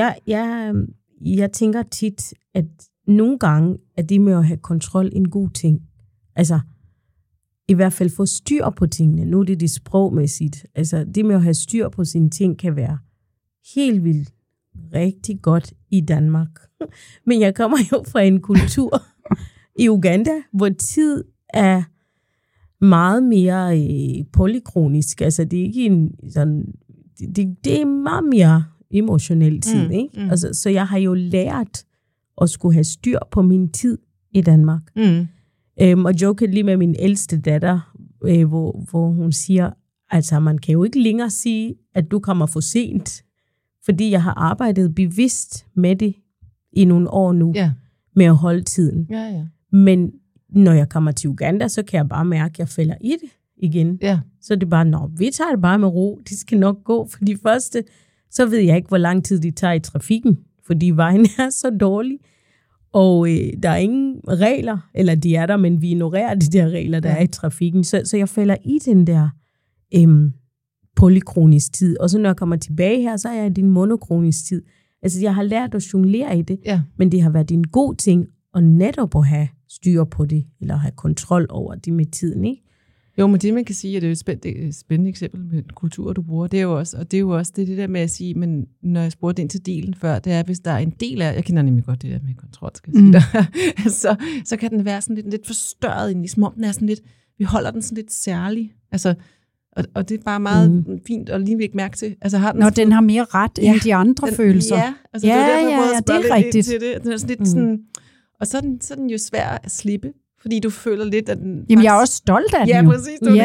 jeg tænker tit, at nogle gange er det med at have kontrol en god ting. Altså, i hvert fald få styr på tingene. Nu er det sprogmæssigt. Altså, det med at have styr på sine ting kan være helt vildt rigtig godt i Danmark. Men jeg kommer jo fra en kultur i Uganda, hvor tid er meget mere polykronisk. Altså, det er ikke en sådan... Det er meget mere emotionel tid, ikke? Altså, så jeg har jo lært at skulle have styr på min tid i Danmark. Og joker lige med min ældste datter, hvor hun siger, altså man kan jo ikke længere sige, at du kommer for sent, fordi jeg har arbejdet bevidst med det i nogle år nu, med at holde tiden. Ja. Men når jeg kommer til Uganda, så kan jeg bare mærke, at jeg falder i det igen. Ja. Så det er bare, vi tager det bare med ro, det skal nok gå. For de første, så ved jeg ikke, hvor lang tid de tager i trafikken, fordi vejen er så dårlig. Og der er ingen regler, eller de er der, men vi ignorerer de der regler, der er i trafikken. Så jeg falder i den der polykronisk tid. Og så når jeg kommer tilbage her, så er jeg i din monokronisk tid. Altså jeg har lært at jonglere i det, men det har været en god ting at netop at have styr på det, eller have kontrol over det med tiden, ikke? Jo, men det man kan sige, at det er et spændende eksempel med kultur, du bruger, det er jo også, og det er jo også det der med at sige, men når jeg spurgte ind til delen før, det er, hvis der er en del af, jeg kender nemlig godt det der med kontrol, skal jeg sige der, så kan den være sådan lidt forstørret ind, som om den er sådan lidt, vi holder den sådan lidt særlig, altså, og det er bare meget fint at lige ikke mærke til. Altså, har den den har mere ret end de andre følelser. Ja, altså, det er derfor, det er rigtigt. Til det. Den er sådan lidt sådan, og så er den jo svær at slippe. Fordi du føler lidt, at den... Jamen, faktisk... jeg er også stolt af den. Ja, præcis. Du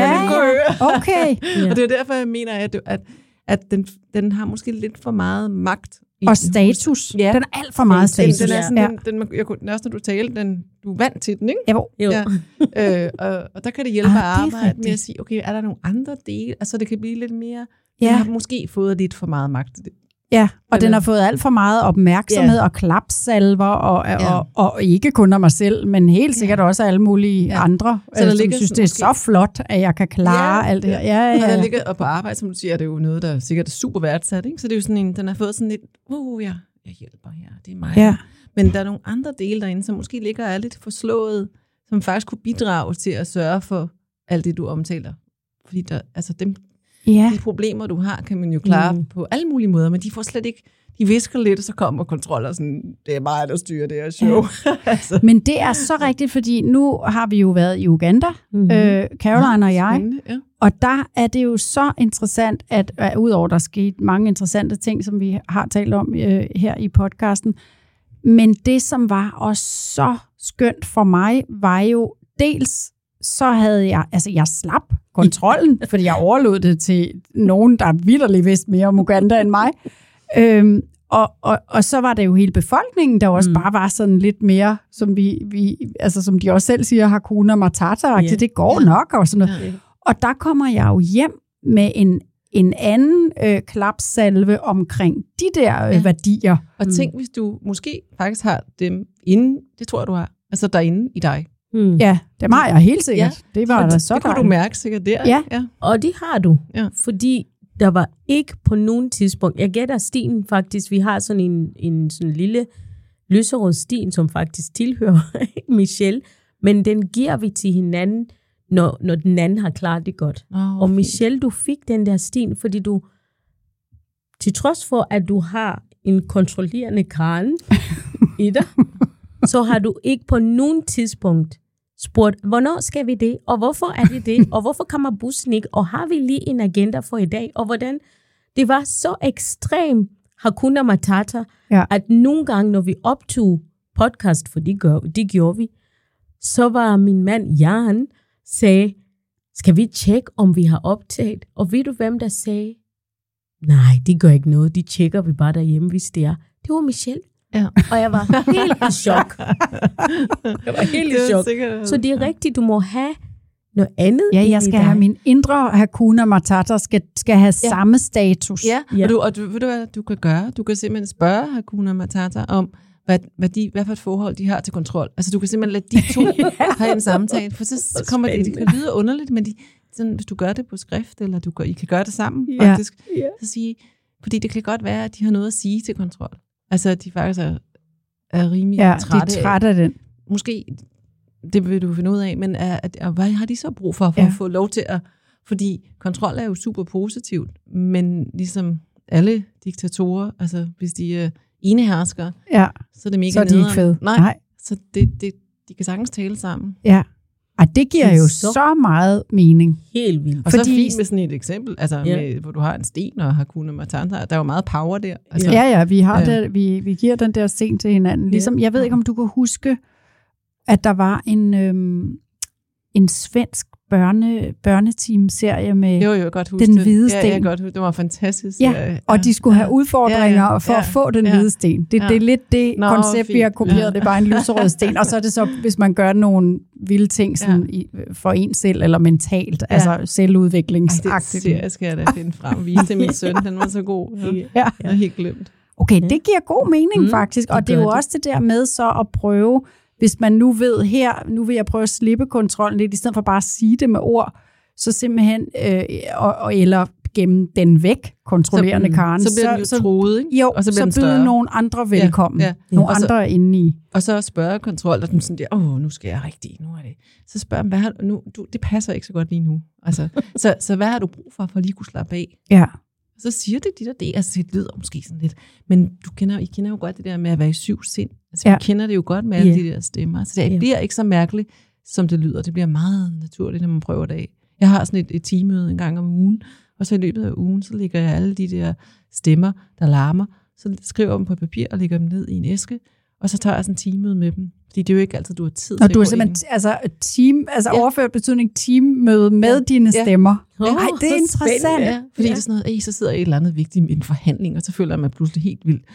okay. Og det er derfor, jeg mener, at den har måske lidt for meget magt Og status. Den er alt for meget status. Den er sådan, også når du taler, du er vant til den, ikke? Jo. Ja. Og der kan det hjælpe at arbejde med at sige, okay, er der nogle andre dele? Altså det kan blive lidt mere, den har måske fået lidt for meget magt. Ja, og den har fået alt for meget opmærksomhed og klapsalver, og ikke kun af mig selv, men helt sikkert også alle mulige andre, som synes, det er så flot, at jeg kan klare alt det her. Ja. Og der ligger, og på arbejde, som du siger, er det jo noget, der sikkert er super værdsat, ikke? Så det er jo sådan en, den har fået sådan lidt, jeg hjælper her, det er mig. Ja. Men der er nogle andre dele derinde, som måske ligger er lidt forslået, som faktisk kunne bidrage til at sørge for alt det, du omtaler. Fordi der, altså de problemer, du har, kan man jo klare på alle mulige måder, men de får slet ikke, de visker lidt, og så kommer kontroller sådan, det er mig, der styrer det her show. Altså. Men det er så rigtigt, fordi nu har vi jo været i Uganda, Caroline og jeg, og der er det jo så interessant, at udover der skete mange interessante ting, som vi har talt om her i podcasten, men det, som var også så skønt for mig, var jo dels, så havde jeg slap kontrollen, fordi jeg overlod det til nogen, der vitterligt vidste mere om Uganda end mig. Og så var det jo hele befolkningen, der også bare var sådan lidt mere, som vi altså som de også selv siger, Hakuna Matata, det går nok og sådan noget. Og der kommer jeg jo hjem med en anden klapsalve omkring de der værdier. Og tænk, hvis du måske faktisk har dem inde, det tror jeg, du har, altså derinde i dig. Ja, det har jeg helt sikkert. Ja. Det var da så det kunne du mærke sikkert der. Ja, og det har du. Ja. Fordi der var ikke på nogen tidspunkt, jeg gætter stien faktisk, vi har sådan en sådan lille lyserød stien, som faktisk tilhører Michelle, men den giver vi til hinanden, når den anden har klaret det godt. Og Michelle, du fik den der stien, fordi du, til trods for, at du har en kontrollerende Karen i dig, så har du ikke på nogen tidspunkt spurgt, hvornår skal vi det, og hvorfor er det det, og hvorfor kommer bussen ikke, og har vi lige en agenda for i dag, og hvordan. Det var så ekstrem Hakuna Matata, at nogle gange, når vi optog podcast, for det gjorde vi, så var min mand Jan sagde, skal vi tjekke, om vi har optaget? Og ved du, hvem der sagde, nej, det gør ikke noget, de tjekker vi bare derhjemme, hvis det er. Det var Michelle. Ja. Og jeg var helt i chok. Så det er rigtigt, du må have noget andet. Ja, jeg skal have min indre Hakuna Matata, skal have samme status. Ja. Og du ved du, hvad du kan gøre? Du kan simpelthen spørge Hakuna Matata om, hvad for et forhold de har til kontrol. Altså du kan simpelthen lade de to have en samtale, for så kommer det kan lyde underligt, men sådan, hvis du gør det på skrift, eller I kan gøre det sammen faktisk, så sige, fordi det kan godt være, at de har noget at sige til kontrol. Altså, at de faktisk er rimelig trætte af den. Måske, det vil du finde ud af, men hvad har de så brug for at få lov til at... Fordi kontrol er jo super positivt, men ligesom alle diktatorer, altså hvis de er eneherskere, så er det mega så er de ikke fede. Nej. Så de kan sagtens tale sammen. Ja. Og det giver jo så meget mening. Helt vildt. Og så fint med sådan et eksempel, altså med, hvor du har en sten og Hakuna Matata, der er jo meget power der. Altså, vi har det, vi giver den der sten til hinanden. Ligesom, jeg ved ikke, om du kan huske, at der var en svensk børneteam-serie med jo, godt huske den hvide sten. Ja, godt huske. Det var fantastisk. Ja, og de skulle have udfordringer for at få den hvide sten. Det er lidt det koncept, vi har kopieret. Det er bare en lyserød sten. Og så er det så, hvis man gør nogle vilde ting sådan for en selv, eller mentalt, altså selvudviklingsagtigt. Det skal jeg da finde frem og vise til min søn. Den var så god. Jeg er helt glemt. Okay, det giver god mening faktisk. Og det er jo også det der med så at prøve, hvis man nu ved her, nu vil jeg prøve at slippe kontrollen lidt, i stedet for bare at sige det med ord, så simpelthen, eller gemme den væk, kontrollerende Karen. Så bliver den jo troet, ikke? Jo, og så byder nogle andre velkommen. Nogle andre indeni. Og så spørger kontrol, og sådan der, nu skal jeg rigtig, nu er det. Så spørger dem, det passer ikke så godt lige nu. Altså, så hvad har du brug for lige kunne slappe af? Ja. Så siger det, altså det lyder måske sådan lidt, men I kender jo godt det der med at være i 7 sind. Altså vi kender det jo godt med alle de der stemmer. Så det bliver ikke så mærkeligt, som det lyder. Det bliver meget naturligt, når man prøver det af. Jeg har sådan et teammøde en gang om ugen, og så i løbet af ugen, så lægger jeg alle de der stemmer, der larmer, så skriver jeg dem på papir og lægger dem ned i en æske, og så tager jeg sådan en teammøde med dem. Fordi det er jo ikke altid, du har tid til at du er simpelthen, overført betydning teammøde med dine stemmer. Nej, det er interessant. Fordi det er sådan noget, så sidder et eller andet vigtigt i en forhandling, og så føler man pludselig helt vildt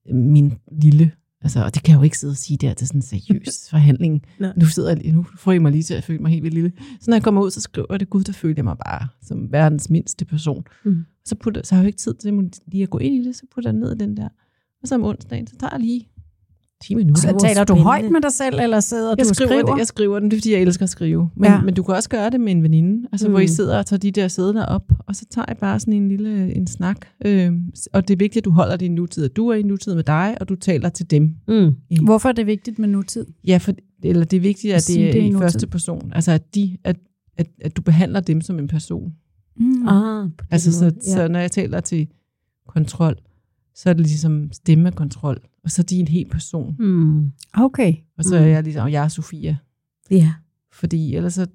min lille. Altså, og det kan jeg jo ikke sidde og sige der til sådan en seriøs forhandling. Nu får jeg mig lige til at føle mig helt vildt lille. Så når jeg kommer ud, så skriver jeg det, gud, der føler jeg mig bare som verdens mindste person. Så har jeg jo ikke tid til lige at gå ind i det, så putter jeg ned i den der. Og så om onsdagen, så tager jeg lige 10 minutter. Så taler du højt med dig selv, eller sidder du og skriver? Jeg skriver den, det er fordi, jeg elsker at skrive. Men du kan også gøre det med en veninde, altså, hvor I sidder og tager de der sædler op, og så tager jeg bare sådan en snak. Og det er vigtigt, at du holder din nutid, at du er i nutid med dig, og du taler til dem. Hvorfor er det vigtigt med nutid? Ja, eller det er vigtigt, at det er i første person. Altså, at du behandler dem som en person. Altså, så når jeg taler til kontrol, så er det ligesom stemmekontrol, og så er de en hel person. Okay. Og så er jeg ligesom, og jeg er Sofia. Ja. Fordi ellers så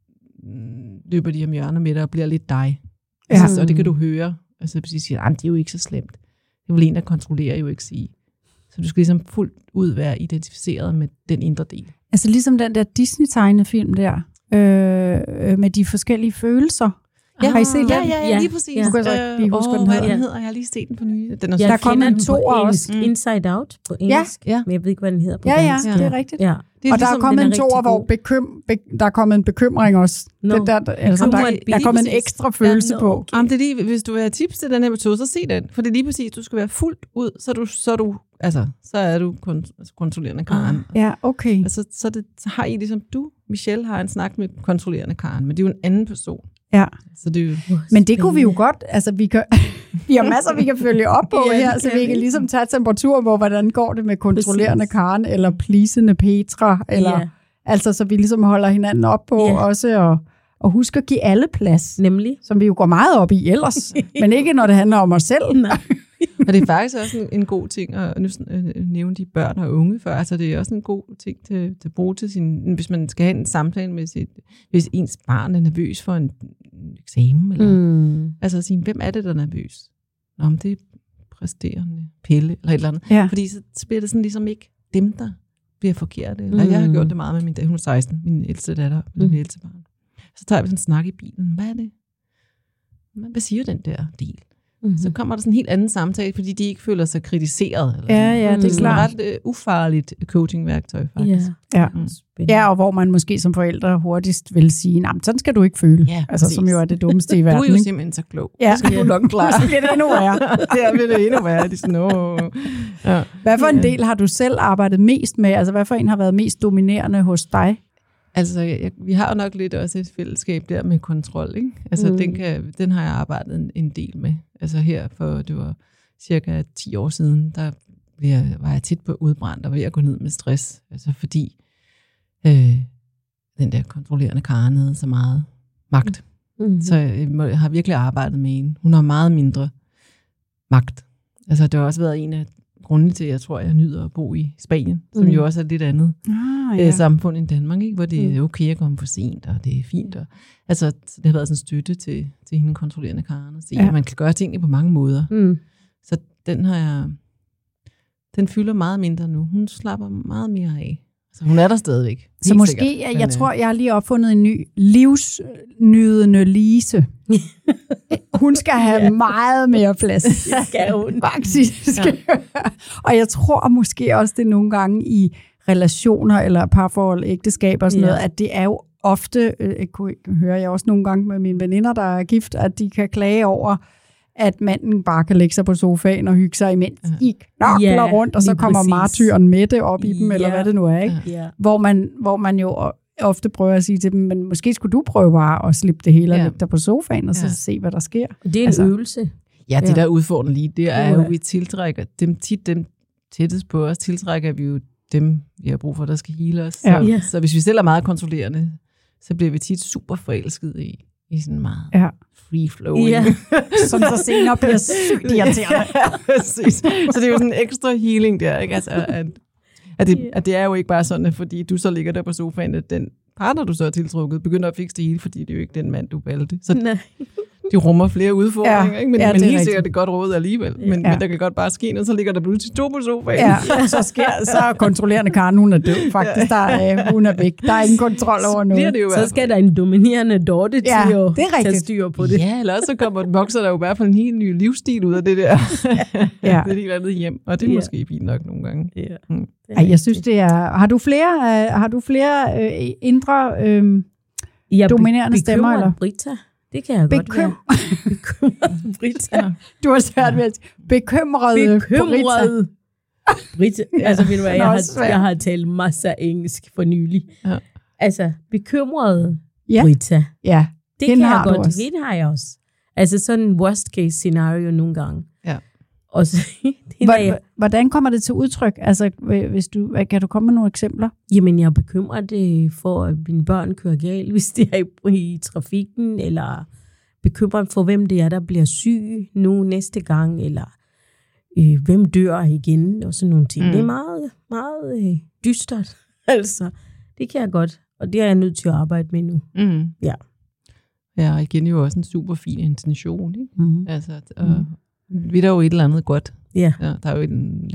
løber de om hjørner med dig og bliver lidt dig. Altså, og det kan du høre. Altså, hvis de siger, det er jo ikke så slemt. Det vil en, der kontrollerer jo ikke sige. Så du skal ligesom fuldt ud være identificeret med den indre del. Altså ligesom den der Disney-tegnefilm der, med de forskellige følelser. Ja, har I set den? Ja, lige præcis. Du kan så ikke lige huske, hvad den hedder. Jeg har lige set den for nylig. Den er der kommer en toer også. Inside Out på engelsk. Ja. Men jeg ved ikke, hvad den hedder på dansk. Ja, det er rigtigt. Ja. Det er og der er kommet en toer, hvor der er kommet en bekymring også. Der er kommet en ekstra følelse på. Okay. Jamen, det er lige, hvis du vil have tips til den her metode, så se den. For det er lige præcis, du skal være fuldt ud, så er du kontrollerende Karen. Ja, okay. Og så har I ligesom Michelle, har en snak med kontrollerende Karen, men det er jo en anden person. Ja, så det er jo men det kunne vi jo godt, altså vi har masser, vi kan følge op på her, så vi kan ligesom tage temperatur på, hvordan går det med kontrollerende Karen, eller pleasende Petra, eller altså så vi ligesom holder hinanden op på også, og husk at give alle plads, nemlig, som vi jo går meget op i ellers, men ikke når det handler om os selv. Og det er faktisk også en god ting at nævne de børn og unge før. Altså det er også en god ting til at bruge til hvis man skal have en samtale med hvis ens barn er nervøs for en eksamen. Eller, altså at sige, hvem er det, der er nervøs? Nå, men det er præsterende Pelle eller et eller andet. Ja. Fordi så bliver det sådan ligesom ikke dem, der bliver forkerte. Eller jeg har gjort det meget med min datter, hun er 16, min ældste datter, min ældste barn. Så tager vi sådan en snak i bilen. Hvad er det? Hvad siger den der del? Så kommer der sådan en helt anden samtale, fordi de ikke føler sig kritiseret. Eller ja, det er klart. Det er ret ufarligt coachingværktøj, faktisk. Ja, og hvor man måske som forældre hurtigst vil sige, nej, sådan skal du ikke føle. Ja, altså, som jo er det dummeste i verden. Du er jo simpelthen så klog. Ja. Det skal du nok klare. Så bliver det endnu værre. Det bliver det endnu værre. Det er sådan, ja. Hvad for en del har du selv arbejdet mest med? Altså, hvad for en har været mest dominerende hos dig? Altså, vi har jo nok lidt også et fællesskab der med kontrol, ikke? Altså, den har jeg arbejdet en del med. Altså her det var cirka 10 år siden, der var jeg tit på udbrændt og ved at gå ned med stress. Altså fordi den der kontrollerende Karen havde så meget magt. Så jeg har virkelig arbejdet med hende. Hun har meget mindre magt. Altså det har også været en af grundene til, at jeg tror, jeg nyder at bo i Spanien, som jo også er et lidt andet samfund end Danmark, ikke? Hvor det er okay at komme for sent, og det er fint. Og, altså, det har været sådan en støtte til hende kontrollerende Karen, at se, at man kan gøre tingene på mange måder. Så den fylder meget mindre nu. Hun slapper meget mere af. Så hun er der stadigvæk. Så måske, sikkert. Jeg tror, jeg har lige opfundet en ny livsnydende Lise. Hun skal have meget mere plads. Skal hun. Faktisk. Ja. Og jeg tror måske også, det er nogle gange i relationer eller parforhold, ægteskaber og sådan noget, at det er jo ofte, hører jeg også nogle gange med mine veninder, der er gift, at de kan klage over, at manden bare kan lægge sig på sofaen og hygge sig, imens de knokler rundt, og så kommer martyren Mette op i dem, eller hvad det nu er, ikke? Ja. Hvor man jo ofte prøver at sige til dem, men måske skulle du prøve bare at slippe det hele og lægge dig på sofaen, og så se, hvad der sker. Det er en øvelse. Ja, det der udfordrende lige, det er jo, vi tiltrækker dem tættest på os, tiltrækker vi jo dem, vi har brug for, der skal hele os. Så hvis vi selv er meget kontrollerende, så bliver vi tit super forelsket i sådan meget free-flowing. Ja. Som så senere bliver sygt irriterende. Så det er jo sådan en ekstra healing der, ikke? Altså, at det er jo ikke bare sådan, at fordi du så ligger der på sofaen, at den partner, du så har tiltrukket, begynder at fikse det hele, fordi det er jo ikke den mand, du valgte. Så de rummer flere udfordringer, ikke? Men helt rigtigt. sikkert det godt råd alligevel. Men der kan godt bare ske noget, så ligger der pludselig 2 på sofaen. Ja, så er kontrollerende Karen, hun er død faktisk. Hun er væk. Der er ingen kontrol over noget. Så skal der en dominerende Dorte til at tage styr på det. Ja, eller så vokser der jo i hvert fald en helt ny livsstil ud af det der. Det er et helt andet hjem, og det er måske fint nok nogle gange. Ja. Ej, jeg synes, det er... Har du flere indre dominerende stemmer? Eller? Brita. Det kan jeg godt være. Bekymret Brita. Du har svært ved at bekymrede Brita. Altså, ved du hvad, jeg har talt masser af engelsk for nylig. Ja. Altså, bekymrede Brita. Ja. Det kan jeg godt. Det har jeg også. Altså, sådan en worst case scenario nogle gange. Ja. Og så, hvordan kommer det til udtryk? Altså, kan du komme med nogle eksempler? Jamen, jeg er bekymret for, at mine børn kører galt, hvis de er i trafikken, eller bekymret for, hvem det er, der bliver syg nu næste gang, eller hvem dør igen, og sådan nogle ting. Det er meget, meget dystert, altså. Det kan jeg godt, og det er jeg nødt til at arbejde med nu. Ja. Ja, og igen jo også en super fin intention, ikke? Altså, vi er der jo et eller andet godt. Ja, der er jo en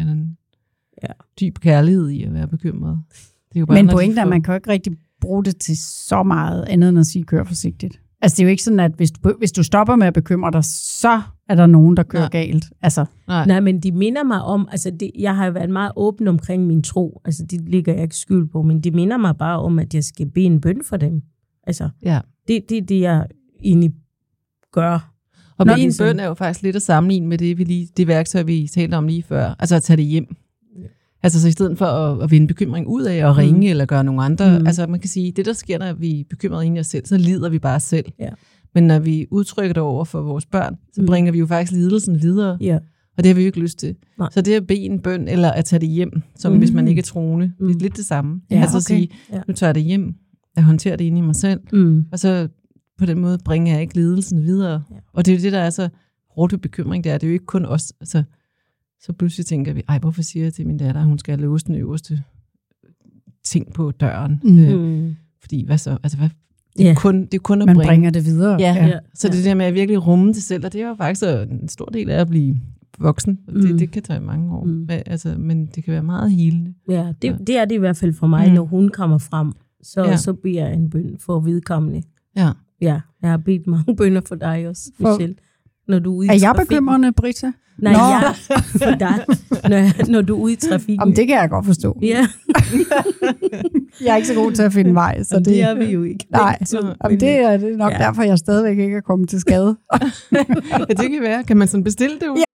dyb kærlighed i at være bekymret. Det er jo bare men pointen er, at man kan jo ikke rigtig bruge det til så meget andet end at sige, kør forsigtigt. Altså det er jo ikke sådan, at hvis du stopper med at bekymre dig, så er der nogen, der kører galt. Altså. Nej, men de minder mig om, altså jeg har været meget åben omkring min tro. Altså det ligger jeg ikke skyld på, men de minder mig bare om, at jeg skal bede en bøn for dem. Altså det er det, jeg egentlig gør. Og min bøn er jo faktisk lidt at sammenligne med det værktøj, vi talte om lige før. Altså at tage det hjem. Altså så i stedet for at vinde bekymring ud af, at ringe eller gøre nogle andre. Altså man kan sige, det der sker, når vi er bekymrede inde i os selv, så lider vi bare selv. Ja. Men når vi udtrykker det over for vores børn, så bringer vi jo faktisk lidelsen videre. Ja. Og det har vi jo ikke lyst til. Nej. Så det at bede en bøn, eller at tage det hjem, som hvis man ikke er troende, det er lidt det samme. Ja, altså at sige, nu tager jeg det hjem, jeg håndterer det inde i mig selv, og så på den måde bringer jeg ikke lidelsen videre. Ja. Og det er jo det, der er så hårdt ved bekymring, det er jo ikke kun os. Altså, så pludselig tænker vi, hvorfor siger jeg til min datter, at hun skal låse den øverste ting på døren? Fordi hvad så? Altså, det er kun at man bringer det videre. Ja. Så det der med at virkelig rumme det selv, og det er jo faktisk en stor del af at blive voksen. Det kan tage mange år. Men det kan være meget healende. Ja, det er det i hvert fald for mig, når hun kommer frem. Så bliver jeg en bøn for vedkommende. Ja. Ja, jeg har bedt mange bønner for dig også, Michelle. Når du er ude i trafikken. Er jeg bekymrende, Brita? Nej, for dig, når du er ude i trafikken. Jamen, det kan jeg godt forstå. Ja. Jeg er ikke så god til at finde vej. Så det er vi jo ikke. Nej, det er nok derfor, jeg stadigvæk ikke er kommet til skade. Det kan være. Kan man sådan bestille det? Ja.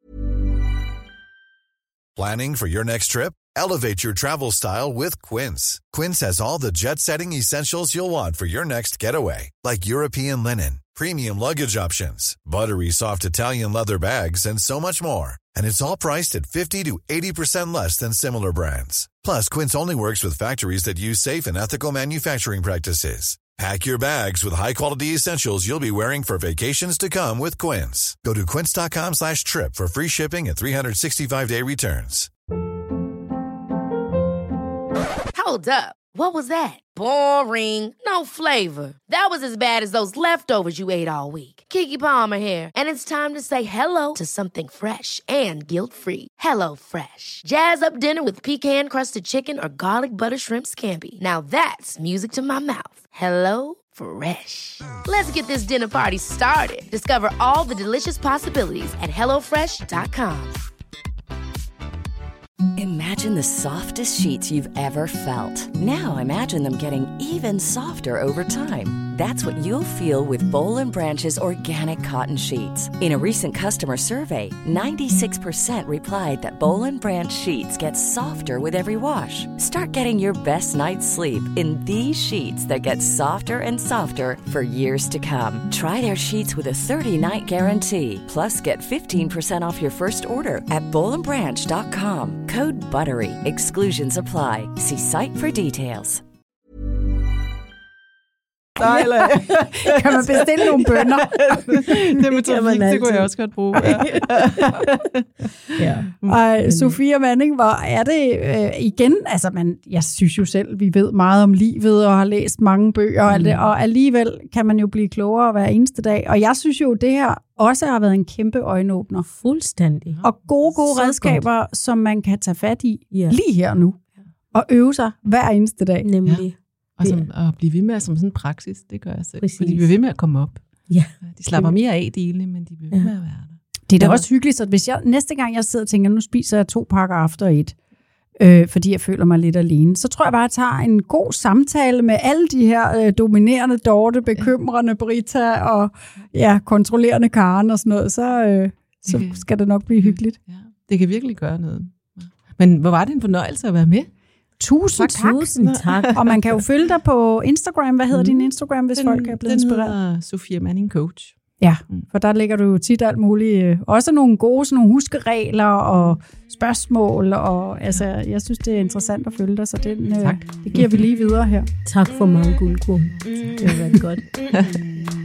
Planning for your next trip? Elevate your travel style with Quince. Quince has all the jet-setting essentials you'll want for your next getaway, like European linen, premium luggage options, buttery soft Italian leather bags, and so much more. And it's all priced at 50 to 80% less than similar brands. Plus, Quince only works with factories that use safe and ethical manufacturing practices. Pack your bags with high-quality essentials you'll be wearing for vacations to come with Quince. Go to quince.com/trip for free shipping and 365-day returns. Hold up. What was that? Boring. No flavor. That was as bad as those leftovers you ate all week. Keke Palmer here, and it's time to say hello to something fresh and guilt-free. Hello Fresh. Jazz up dinner with pecan-crusted chicken or garlic butter shrimp scampi. Now that's music to my mouth. Hello Fresh. Let's get this dinner party started. Discover all the delicious possibilities at hellofresh.com. Imagine the softest sheets you've ever felt. Now imagine them getting even softer over time. That's what you'll feel with Boll & Branch's organic cotton sheets. In a recent customer survey, 96% replied that Boll & Branch sheets get softer with every wash. Start getting your best night's sleep in these sheets that get softer and softer for years to come. Try their sheets with a 30-night guarantee. Plus, get 15% off your first order at bollandbranch.com. Code BUTTERY. Exclusions apply. See site for details. Eller... Kan man bestille nogle bønner? Det med trafik, det kunne jeg også godt bruge. Ja. Og Sofia Manning, hvor er det igen, altså jeg synes jo selv, vi ved meget om livet og har læst mange bøger og alt det, og alligevel kan man jo blive klogere hver eneste dag. Og jeg synes jo, det her også har været en kæmpe øjenåbner. Fuldstændig. Og gode redskaber, som man kan tage fat i lige her nu. Og øve sig hver eneste dag. Nemlig. Ja. Og blive ved med som sådan en praksis, det gør jeg selv. Præcis. Fordi de bliver ved med at komme op. Ja. De slapper mere af delene, men de bliver ved med at være der. Det er da også hyggeligt, så hvis næste gang jeg sidder og tænker, nu spiser jeg 2 pakker after 1, fordi jeg føler mig lidt alene, så tror jeg bare, at jeg tager en god samtale med alle de her dominerende Dorte, bekymrende Brita og kontrollerende Karen og sådan noget, så skal det nok blive hyggeligt. Ja. Det kan virkelig gøre noget. Men hvor var det en fornøjelse at være med? Tusind tak. Og man kan jo følge dig på Instagram. Hvad hedder din Instagram, hvis folk er blevet inspireret? Den hedder Sofia Manning Coach. Ja, for der ligger du jo tit alt muligt. Også nogle gode sådan nogle huskeregler og spørgsmål. Og altså, jeg synes, det er interessant at følge dig, så det giver vi lige videre her. Tak for meget guldkorn. Det har været godt.